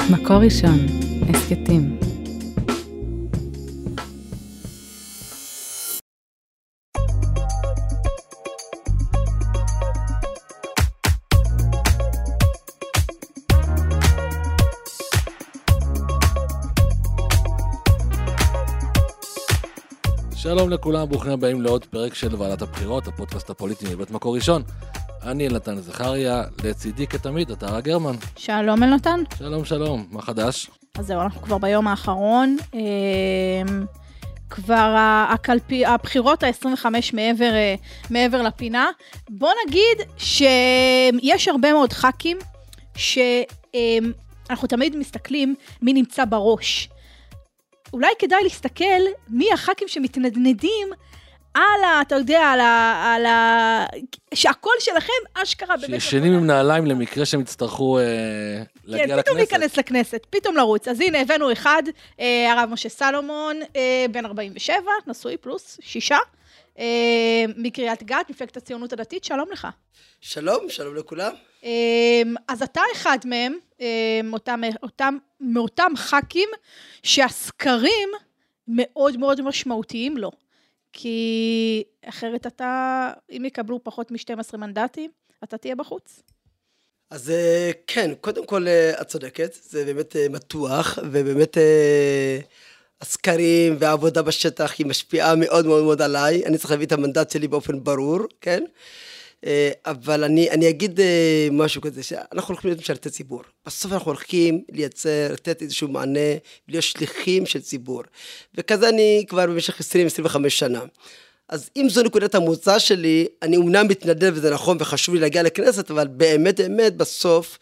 מקור ראשון, הסקטים. שלום לכולם, ברוכים הבאים לעוד פרק של ועדת הבחירות, הפודקאסט הפוליטי מבית מקור ראשון. אני אלנתן זכריה, לצידי כתמיד, עטרה גרמן. שלום אלנתן. שלום, מה חדש? אז זהו, אנחנו כבר ביום האחרון, כבר הבחירות ה-25 מעבר לפינה. בוא נגיד שיש הרבה מאוד ח"כים שאנחנו תמיד מסתכלים מי נמצא בראש. אולי כדאי להסתכל מי הח"כים שמתנדנדים אתה יודע, שהקול שלכם אשכרה באמת... שישנים עם נעליים למקרה שהם יצטרכו להגיע לכנסת. כן, פתאום להיכנס לכנסת, פתאום לרוץ. אז הנה, הבאנו אחד, הרב משה סלומון, בן 47, נשוי פלוס 6, מקריית גת, מפלגת הציונות הדתית, שלום לך. שלום לכולם. אז אתה אחד מהם, מאותם ח"כים שהסקרים מאוד מאוד משמעותיים לו. כי אחרת אתה, אם יקבלו פחות מ-12 מנדטים, אתה תהיה בחוץ. אז כן, קודם כל את צודקת, זה באמת מתוח, ובאמת הסקרים והעבודה בשטח היא משפיעה מאוד מאוד מאוד עליי, אני צריך להביא את המנדט שלי באופן ברור, כן? אבל אני אגיד משהו כזה, שאנחנו הולכים להיות משרתי ציבור. בסוף אנחנו הולכים לייצר, לתת איזשהו מענה, להיות שליחים של ציבור. וכזה אני כבר במשך 20-25 שנה. אז אם זו נקודת המוצא שלי, אני אומנם מתנדב וזה נכון וחשוב לי להגיע לכנסת, אבל באמת בסוף,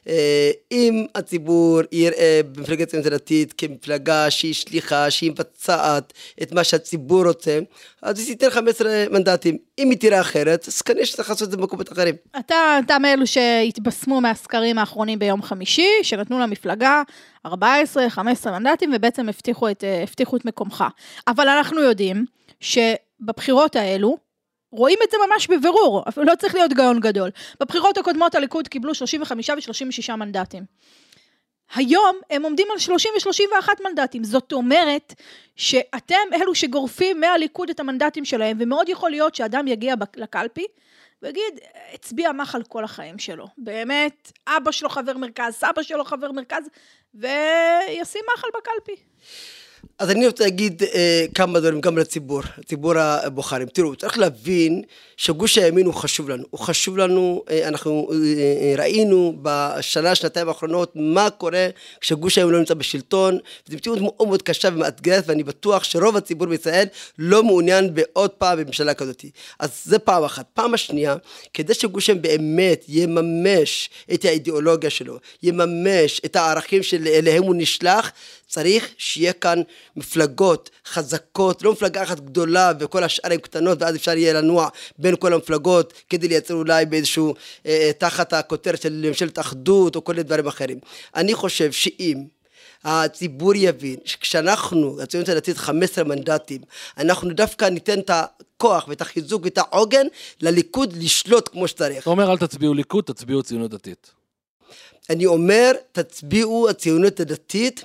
אם הציבור יראה במפלגת הציונות הדתית כמפלגה שהיא שליחה, שהיא מבצעת את מה שהציבור רוצה, אז היא תיתן 15 מנדטים. אם היא תראה אחרת, אז כנראה שצריך לעשות את זה במקומות אחרים. אתה מאלו שהתבשמו מהסקרים האחרונים ביום חמישי, שנתנו למפלגה 14-15 מנדטים, ובעצם הבטיחו את מקומך. אבל אנחנו יודעים שבבחירות האלו, רואים את זה ממש בבירור, אפילו לא צריך להיות גאון גדול. בבחירות הקודמות הליכוד קיבלו 35 ו-36 מנדטים. היום הם עומדים על 30 ו-31 מנדטים. זאת אומרת שאתם אלו שגורפים מהליכוד את המנדטים שלהם, ומאוד יכול להיות שאדם יגיע לקלפי, ויגיד, הצביע מחל כל החיים שלו. באמת, אבא שלו חבר מרכז, סבא שלו חבר מרכז, וישים מחל בקלפי. אז אני רוצה להגיד כמה דברים גם לציבור, לציבור הבוחרים. תראו, צריך להבין שגוש הימין הוא חשוב לנו, אנחנו ראינו שנתיים האחרונות מה קורה כשגוש הימין לא נמצא בשלטון, וזו מציאות מאוד מאוד קשה ומאתגרת, ואני בטוח שרוב הציבור בישראל לא מעוניין בעוד פעם בממשלה כזאת. אז זה פעם אחת. פעם השנייה, כדי שגוש הימין באמת יממש את האידיאולוגיה שלו, יממש את הערכים שאליהם הוא נשלח, צריך שיהיה כאן מפלגות חזקות, לא מפלגה אחת גדולה וכל השאר הן קטנות, ואז אפשר יהיה לנוע בין כל המפלגות כדי לייצר אולי באיזשהו תחת הכותרת של ממשלת אחדות או כל מיני דברים אחרים. אני חושב שאם הציבור יבין שכשאנחנו, הציונות הדתית 15 מנדטים, אנחנו דווקא ניתן את הכוח ואת החיזוק ואת העוגן לליכוד לשלוט כמו שצריך. אתה אומר אל תצביעו ליכוד, תצביעו ציונות דתית. אני אומר תצביעו הציונות הדתית,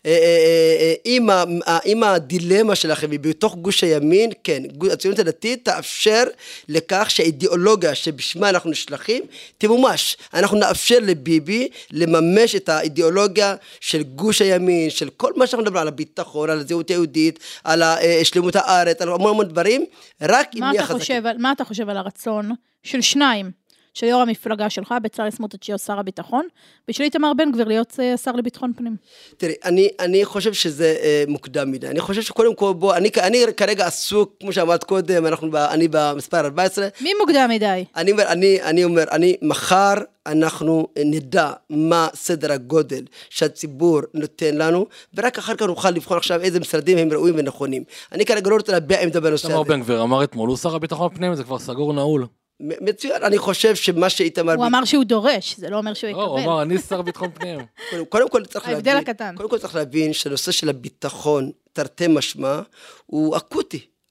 אם הדילמה שלכם היא בתוך גוש הימין, כן, הציונות הדתית תאפשר לכך שהאידיאולוגיה שבשמה אנחנו נשלחים תמומש. אנחנו נאפשר לביבי לממש את האידיאולוגיה של גוש הימין, של כל מה שאנחנו מדברים על הביטחון, על הזהות היהודית, על שלמות הארץ, על המון דברים, רק אם נהיה חזקים. מה אתה חושב על הרצון של שניים? של יו"ר המפלגה שלך, בצלאל סמוטריץ' להיות שר הביטחון, ושל איתמר בן גביר להיות שר לביטחון פנים. תראי, אני חושב שזה מוקדם מדי. אני חושב שקודם כל אני כרגע עסוק, כמו שאמרת קודם, אני במספר 14. מי מוקדם מדי? אני אומר, מחר אנחנו נדע מה סדר הגודל שהציבור נותן לנו, ורק אחר כך נוכל לבחון עכשיו איזה משרדים הם ראויים ונכונים. אני כרגע לא רוצה להביע עמדה בנושא הזה. איתמר בן גביר אמר אתמול, הוא שר הביטחון פנים, זה כבר סגור נעול. מצוין, אני חושב שמה שאיתמר... הוא אמר שהוא דורש, זה לא אומר שהוא יקבל. הוא אמר, אני שר ביטחון פנים. קודם כל צריך להבין שהנושא של הביטחון, תרתי משמע, הוא אקוטי.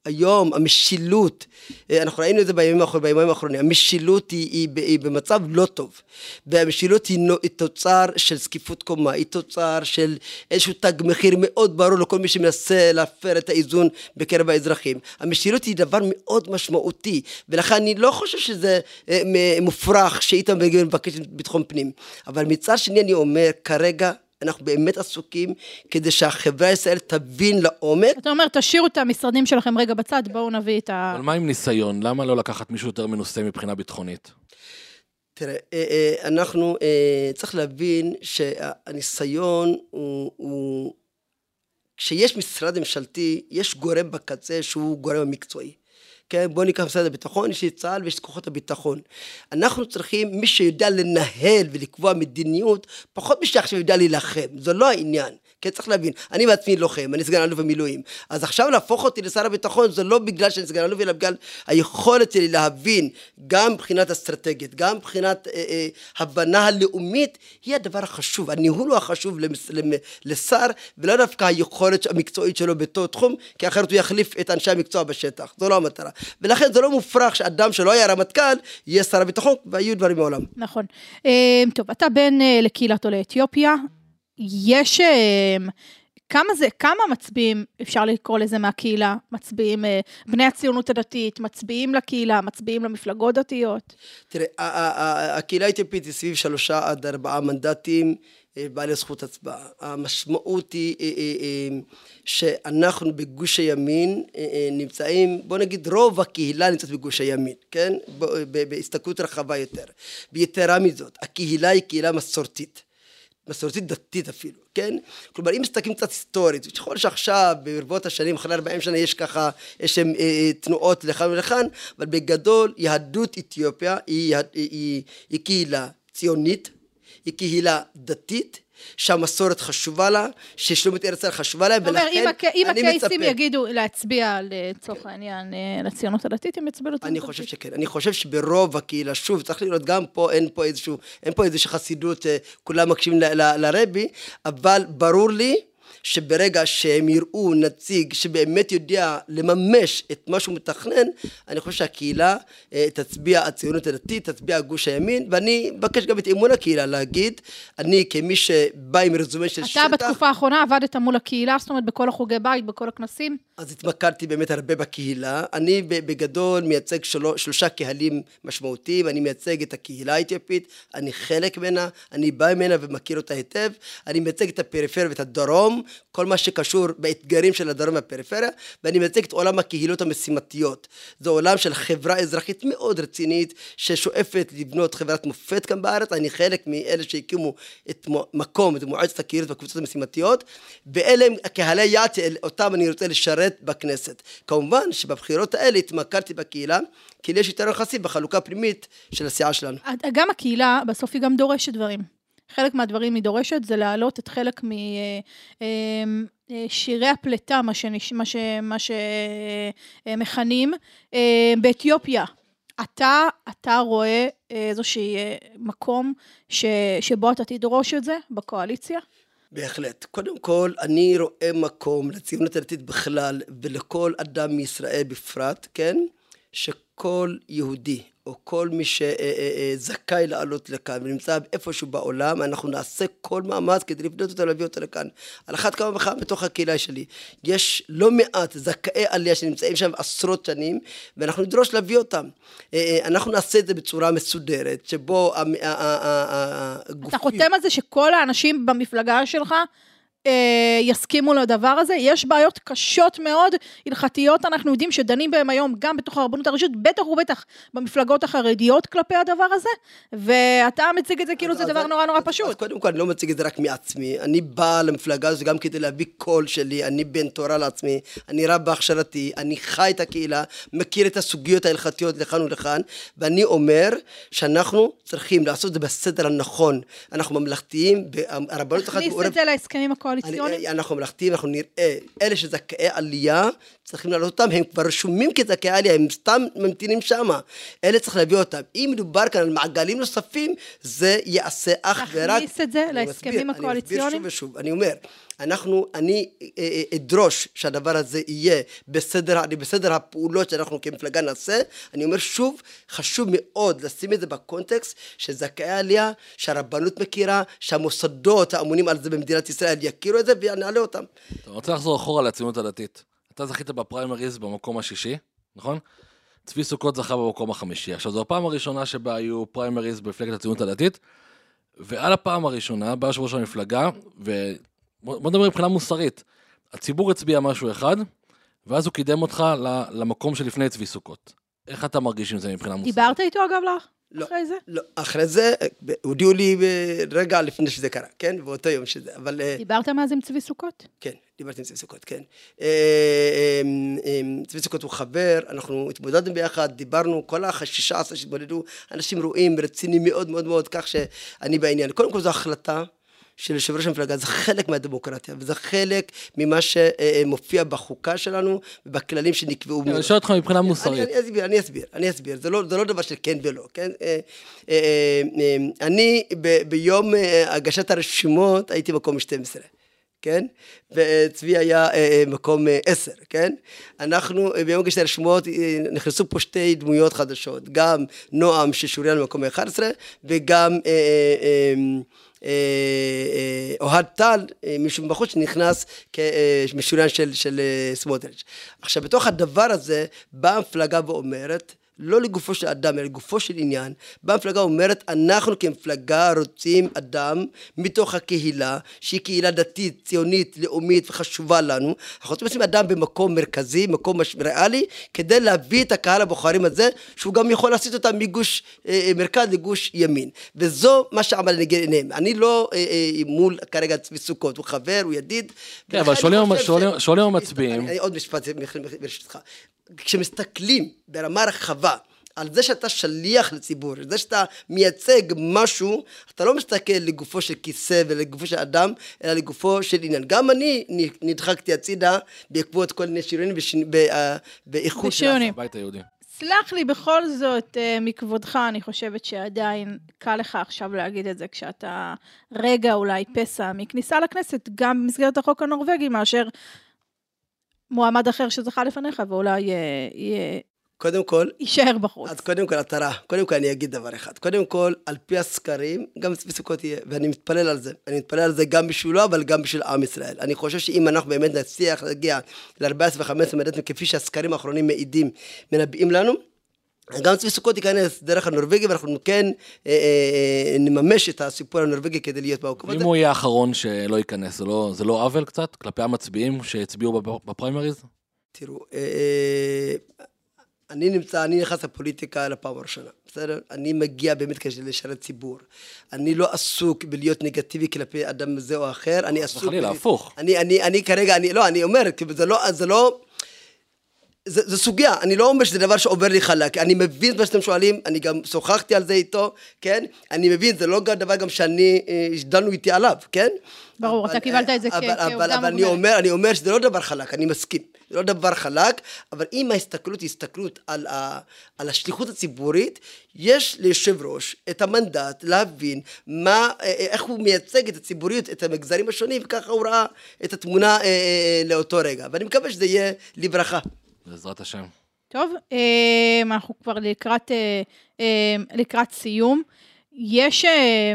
היום המשילות, אנחנו ראינו את זה בימים האחרונים, המשילות היא במצב לא טוב, והמשילות היא תוצר של זקיפות קומה, היא תוצר של איזשהו תג מחיר מאוד ברור לכל מי שמנסה להפר את האיזון בקרב האזרחים. המשילות היא דבר מאוד משמעותי, ולכן אני לא חושב שזה מופרך שאיתם מבקש ביטחון פנים, אבל מצד שני אני אומר, כרגע אנחנו באמת עסוקים כדי שהחברה הישראל תבין לעומק. אתה אומר, תשאירו את המשרדים שלכם רגע בצד, בואו נביא את ה... אבל מה עם ניסיון? למה לא לקחת מישהו יותר מנוסה מבחינה ביטחונית? תראה, אנחנו צריך להבין שהניסיון הוא... כשיש משרד ממשלתי, יש גורם בקצה שהוא גורם המקצועי. כן, בוא ניקח משרד הביטחון, יש צה"ל ויש כוחות הביטחון. אנחנו צריכים מי שיודע לנהל ולקבוע מדיניות, פחות מי שעכשיו יודע להילחם, זה לא העניין. כן, צריך להבין, אני בעצמי לוחם, אני סגן אלוף במילואים, אז עכשיו להפוך אותי לשר הביטחון, זה לא בגלל שאני סגן אלוף, אלא בגלל היכולת שלי להבין, גם מבחינת אסטרטגית, גם מבחינת הבנה הלאומית, היא הדבר החשוב, הניהול הוא החשוב לשר, ולא דווקא היכולת המקצועית שלו באותו תחום, כי אחרת הוא יחליף את אנשי המקצוע בשטח, זו לא המטרה. ולכן זה לא מופרך שאדם שלא היה רמטכ"ל, יהיה שר הביטחון, והיו דברים מעולם. נכון. טוב, אתה בן לקהילת עולי אתיופיה, יש, כמה מצביעים, אפשר לקרוא לזה מהקהילה, מצביעים בני הציונות הדתית, מצביעים לקהילה, מצביעים למפלגות דתיות? תראה, הקהילה האתיופית היא סביב 3-4 מנדטים, בעלי זכות הצבעה. המשמעות היא שאנחנו בגוש הימין נמצאים, בוא נגיד רוב הקהילה נמצאת בגוש הימין, כן? בהסתכלות רחבה יותר. ביתרה מזאת, הקהילה היא קהילה מסורתית. מסורתית דתית אפילו, כן? כלומר, אם מסתכלים קצת היסטורית, יכול שעכשיו, ברבות השנים, אחרי 40 שנה, יש ככה, יש תנועות לכאן ולכאן, אבל בגדול, יהדות אתיופיה היא קהילה ציונית, היא קהילה דתית, שהמסורת חשובה לה, ששלומית ארץ ישראל חשובה לה, ולכן אני מצפה. אם הקייסים יגידו להצביע לצורך העניין לציונות הדתית, הם יצביעו לציונות הדתית. אני חושב שכן, אני חושב שברוב הקהילה, שוב, צריך לראות גם פה, אין פה איזושהי חסידות, כולם מקשיבים לרבי, אבל ברור לי, שברגע שהם יראו נציג שבאמת יודע לממש את מה שהוא מתכנן, אני חושב שהקהילה תצביע הציונות הדתית, תצביע גוש הימין, ואני מבקש גם את אמון הקהילה להגיד, אני כמי שבא עם רזומה של שטח. אתה בתקופה האחרונה עבדת מול הקהילה, זאת אומרת בכל החוגי בית, בכל הכנסים? אז התמקדתי באמת הרבה בקהילה, אני בגדול מייצג 3 קהלים משמעותיים, אני מייצג את הקהילה האתיופית, אני חלק ממנה, אני בא ממנה ומכיר אותה היטב, אני מייצג את הפריפריה ואת הדרום, כל מה שקשור באתגרים של הדרום והפריפריה, ואני מייצג את עולם הקהילות המשימתיות. זה עולם של חברה אזרחית מאוד רצינית, ששואפת לבנות חברת מופת כאן בארץ, אני חלק מאלה שהקימו את מקום, את מועצת הקהילות והקבוצות המשימתיות, ואלה הם קהלי יעד, אותם אני רוצה לשרת בכנסת. כמובן שבבחירות האלה התמקדתי בקהילה, כי יש יותר יחסי בחלוקה פנימית של הסיעה שלנו. גם הקהילה בסוף היא גם דורשת דברים. חלק מהדברים היא דורשת זה להעלות את חלק משירי הפלטה, מה שמכנים, באתיופיה. אתה רואה איזושהי מקום שבו אתה תדרוש את זה בקואליציה? בהחלט. קודם כל, אני רואה מקום לציונות הדתית בכלל ולכל אדם מישראל בפרט, כן? שכל יהודי או כל מי שזכאי לעלות לכאן ונמצא איפשהו בעולם, אנחנו נעשה כל מאמץ כדי לבנות אותו ולהביא אותו לכאן. על אחת כמה וכמה בתוך הקהילה שלי. יש לא מעט זכאי עלייה שנמצאים שם עשרות שנים, ואנחנו נדרוש להביא אותם. אנחנו נעשה את זה בצורה מסודרת, שבו הגופים... אתה חותם על זה שכל האנשים במפלגה שלך יסכימו לדבר הזה? יש בעיות קשות מאוד, הלכתיות, אנחנו יודעים שדנים בהם היום גם בתוך הרבנות הראשית, בטח ובטח במפלגות החרדיות כלפי הדבר הזה, ואתה מציג את זה כאילו זה דבר נורא פשוט. אז קודם כל אני לא מציג את זה רק מעצמי, אני בא למפלגה הזו גם כדי להביא קול שלי, אני בן תורה לעצמי, אני רב בהכשרתי, אני חי את הקהילה, מכיר את הסוגיות ההלכתיות לכאן ולכאן, ואני אומר שאנחנו צריכים לעשות את זה בסדר הנכון, אנחנו ממלכתיים, הרבנות תכניס את זה להסכמים הקואליציוניים? אנחנו ממלכתיים, אנחנו נראה, אלה שזכאי עלייה, צריכים להעלות אותם, הם כבר רשומים כזכאי עלייה, הם סתם ממתינים שם, אלה צריך להביא אותם. אם מדובר כאן על מעגלים נוספים, זה יעשה אך ורק... להכניס את זה להסכמים הקואליציוניים? אני מסביר שוב ושוב, אני אומר, אני אדרוש שהדבר הזה יהיה בסדר הפעולות שאנחנו כמפלגה נעשה, אני אומר שוב, חשוב מאוד לשים את זה בקונטקסט שזכאי עלייה, שהרבנות מכירה, שהמוסדות האמונים על זה במדינת ישראל יכירו את זה ונעלה אותם. אתה רוצה לחזור אחורה לציונות הדתית. אתה זכית בפריימריז במקום השישי, נכון? צבי סוכות זכה במקום החמישי. עכשיו, זו הפעם הראשונה שבה היו פריימריז בפלגת הציונות הדתית, ועל הפעם הראשונה בא יושב ראש המפלגה, בוא נדבר מבחינה מוסרית. הציבור הצביע משהו אחד, ואז הוא קידם אותך למקום שלפני צבי סוכות. איך אתה מרגיש עם זה מבחינה מוסרית? דיברת איתו אגב לך? לא, אחרי זה? לא, אחרי זה, הודיעו לי רגע לפני שזה קרה, כן? באותו יום שזה, אבל... דיברת מאז עם צבי סוכות? כן, דיברתי עם צבי סוכות, כן. צבי סוכות הוא חבר, אנחנו התמודדנו ביחד, דיברנו, כל ה-16 שהתמודדו, אנשים רואים, רציניים מאוד מאוד מאוד, כך שאני בעניין. קודם כל זו החלטה של יושב ראש המפלגה, זה חלק מהדמוקרטיה, וזה חלק ממה שמופיע בחוקה שלנו, ובכללים שנקבעו. אני שואל אותך מבחינה מוסרית. אני אסביר, זה לא דבר של כן ולא, כן? אני ביום הגשת הרשימות הייתי מקום 12, כן? וצבי היה מקום 10, כן? אנחנו ביום הגשת הרשימות נכנסו פה שתי דמויות חדשות, גם נועם ששוריין במקום 11, וגם אוהד טל, מישהו מבחוץ שנכנס כמשוריין של סמוטריץ'. עכשיו, בתוך הדבר הזה, באה המפלגה ואומרת, לא לגופו של אדם, אלא לגופו של עניין, באה המפלגה אומרת, אנחנו כמפלגה רוצים אדם מתוך הקהילה, שהיא קהילה דתית, ציונית, לאומית וחשובה לנו, אנחנו רוצים אדם במקום מרכזי, מקום ריאלי, כדי להביא את הקהל הבוחרים הזה, שהוא גם יכול לעשות אותם מגוש מרכז לגוש ימין. וזו מה שעמד לנגד עיניהם. אני לא מול כרגע צבי סוכות, הוא חבר, הוא ידיד. כן, אבל שואלים המצביעים. עוד משפט ברשותך. כשמסתכלים ברמה רחבה על זה שאתה שליח לציבור, זה שאתה מייצג משהו, אתה לא מסתכל לגופו של כיסא ולגופו של אדם, אלא לגופו של עניין. גם אני נדחקתי הצידה בעקבות כל מיני שירונים באיכות של הבית היהודי. סלח לי בכל זאת מכבודך, אני חושבת שעדיין קל לך עכשיו להגיד את זה, כשאתה רגע אולי פסע מכניסה לכנסת, גם במסגרת החוק הנורווגי, מאשר מועמד אחר שזכה לפניך, ואולי קודם כל, יישאר בחוץ. אז קודם כל, קודם כל אני אגיד דבר אחד. קודם כל, על פי הסקרים, גם צבי סוכות יהיה, ואני מתפלל על זה. אני מתפלל על זה גם בשבילו, אבל גם בשביל עם ישראל. אני חושב שאם אנחנו באמת נצליח להגיע ל-14 ו-15 מנדטים, כפי שהסקרים האחרונים מעידים, מנבאים לנו, גם צבי סוכות ייכנס דרך הנורווגי, ואנחנו כן נממש את הסיפור הנורווגי כדי להיות במקום הזה. אם הוא יהיה האחרון שלא ייכנס, זה לא עוול קצת כלפי המצביעים שהצביעו בפריימריז? תראו, אני נכנס לפוליטיקה לפעם הראשונה, בסדר? אני מגיע באמת כדי לשרת ציבור. אני לא עסוק בלהיות נגטיבי כלפי אדם זה או אחר, אני עסוק... חלילה, הפוך. אני כרגע, אני אומר, זה לא... זה סוגיה, אני לא אומר שזה דבר שעובר לי חלק, אני מבין מה שאתם שואלים, אני גם שוחחתי על זה איתו, כן? אני מבין, זה לא דבר גם שאני, השדלנו איתי עליו, כן? ברור, אתה קיבלת את זה כעובדה מוגמרת. אבל אני אומר שזה לא דבר חלק, אני מסכים, זה לא דבר חלק, אבל אם ההסתכלות היא הסתכלות על השליחות הציבורית, יש ליושב ראש את המנדט להבין איך הוא מייצג את הציבוריות, את המגזרים השונים, וככה הוא ראה את התמונה לאותו רגע, ואני מקווה שזה יהיה לברכה. בעזרת השם. טוב, אנחנו כבר לקראת סיום. יש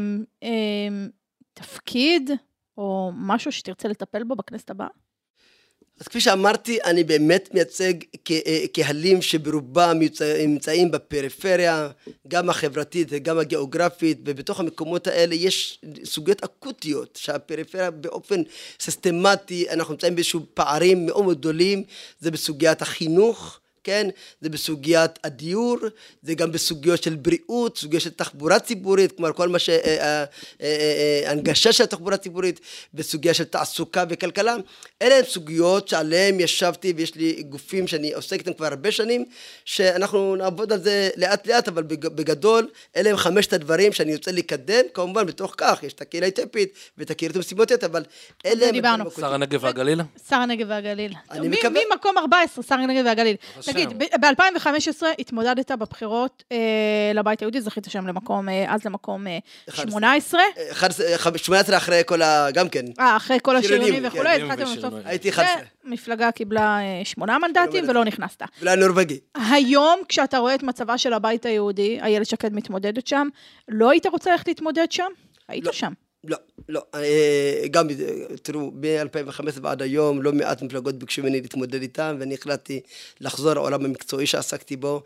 תפקיד או משהו שתרצה לטפל בו בכנסת הבאה? אז כפי שאמרתי, אני באמת מייצג קהלים שברובם נמצאים בפריפריה, גם החברתית וגם הגיאוגרפית, ובתוך המקומות האלה יש סוגיות אקוטיות, שהפריפריה באופן סיסטמטי, אנחנו נמצאים באיזשהו פערים מאוד מאוד גדולים, זה בסוגיית החינוך, כן? זה בסוגיית הדיור, זה גם בסוגיות של בריאות, סוגיות של תחבורה ציבורית, כלומר כל מה הנגשה של תחבורה ציבורית, בסוגיה של תעסוקה וכלכלה, אלה הן סוגיות שעליהן ישבתי, ויש לי גופים שאני עוסק איתם כבר הרבה שנים, שאנחנו נעבוד על זה לאט לאט, אבל בגדול, אלה הם 5 הדברים שאני רוצה לקדם, כמובן בתוך כך, יש את הקהילה האתיופית, ואת הקהילות המשימתיות, אבל אלה הם... שר הנגב והגליל? שר הנגב והגליל. אני מקווה. מי מקום 14, שר הנגב והגליל. תגיד, ב-2015 התמודדת בבחירות לבית היהודי, זכית שם למקום, אז למקום 18. 18 אחרי כל גם כן. אחרי כל השריונים וכו', הייתי 11. מפלגה קיבלה 8 מנדטים ולא נכנסת. ולנורווגי. היום, כשאתה רואה את מצבה של הבית היהודי, איילת שקד מתמודדת שם, לא היית רוצה ללכת להתמודד שם? היית שם. לא, גם, תראו, ב-2015 ועד היום, לא מעט מפלגות ביקשו ממני להתמודד איתם, ואני החלטתי לחזור לעולם המקצועי שעסקתי בו.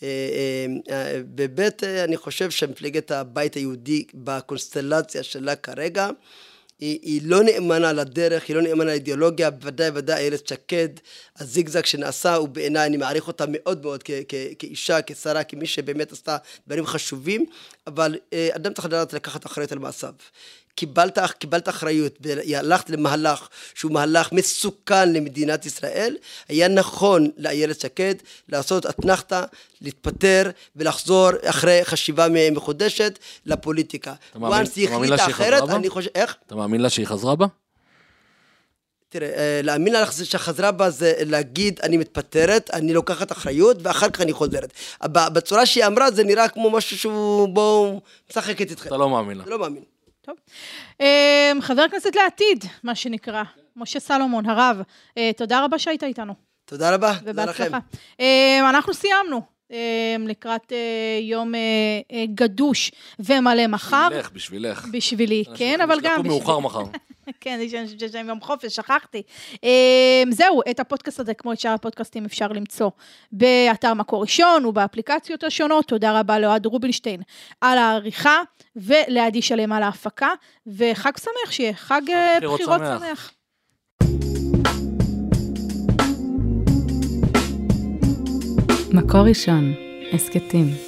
בבית, אני חושב שמפלגת הבית היהודי, בקונסטלציה שלה כרגע, היא לא נאמנה לדרך, היא לא נאמנה לאידיאולוגיה, בוודאי איילת שקד, הזיגזג שנעשה, ובעיניי אני מעריך אותה מאוד מאוד כאישה, כשרה, כמי שבאמת עשתה דברים חשובים, אבל אדם צריך לדעת לקחת אחריות על מעשיו. קיבלת אחריות, והלכת למהלך שהוא מהלך מסוכן למדינת ישראל, היה נכון לאיילת שקד לעשות אתנחתה, להתפטר ולחזור אחרי חשיבה מחודשת לפוליטיקה. אתה מאמין לה שהיא חזרה בה? איך? אתה מאמין לה שהיא חזרה בה? תראה, להאמין לה שחזרה בה זה להגיד אני מתפטרת, אני לוקחת אחריות ואחר כך אני חוזרת. בצורה שהיא אמרה זה נראה כמו משהו שהוא בו משחקת איתכם. אתה לא מאמין לה. אתה לא מאמין. טוב. חבר הכנסת לעתיד, מה שנקרא, משה סלומון, הרב, תודה רבה שהיית איתנו. תודה רבה. ובהצלחה. אנחנו סיימנו לקראת יום גדוש ומלא מחר. בשבילך. בשבילי, כן, אבל גם בשבילי. מאוחר מחר. כן, יש להם יום חופש, שכחתי. זהו, את הפודקאסט הזה, כמו את שאר הפודקאסטים, אפשר למצוא באתר מקור ראשון ובאפליקציות השונות. תודה רבה לאוהד רובינשטיין על העריכה, ולעדי שלם על ההפקה, וחג שמח שיהיה, חג בחירות שמח. מקור ראשון, הסקטים.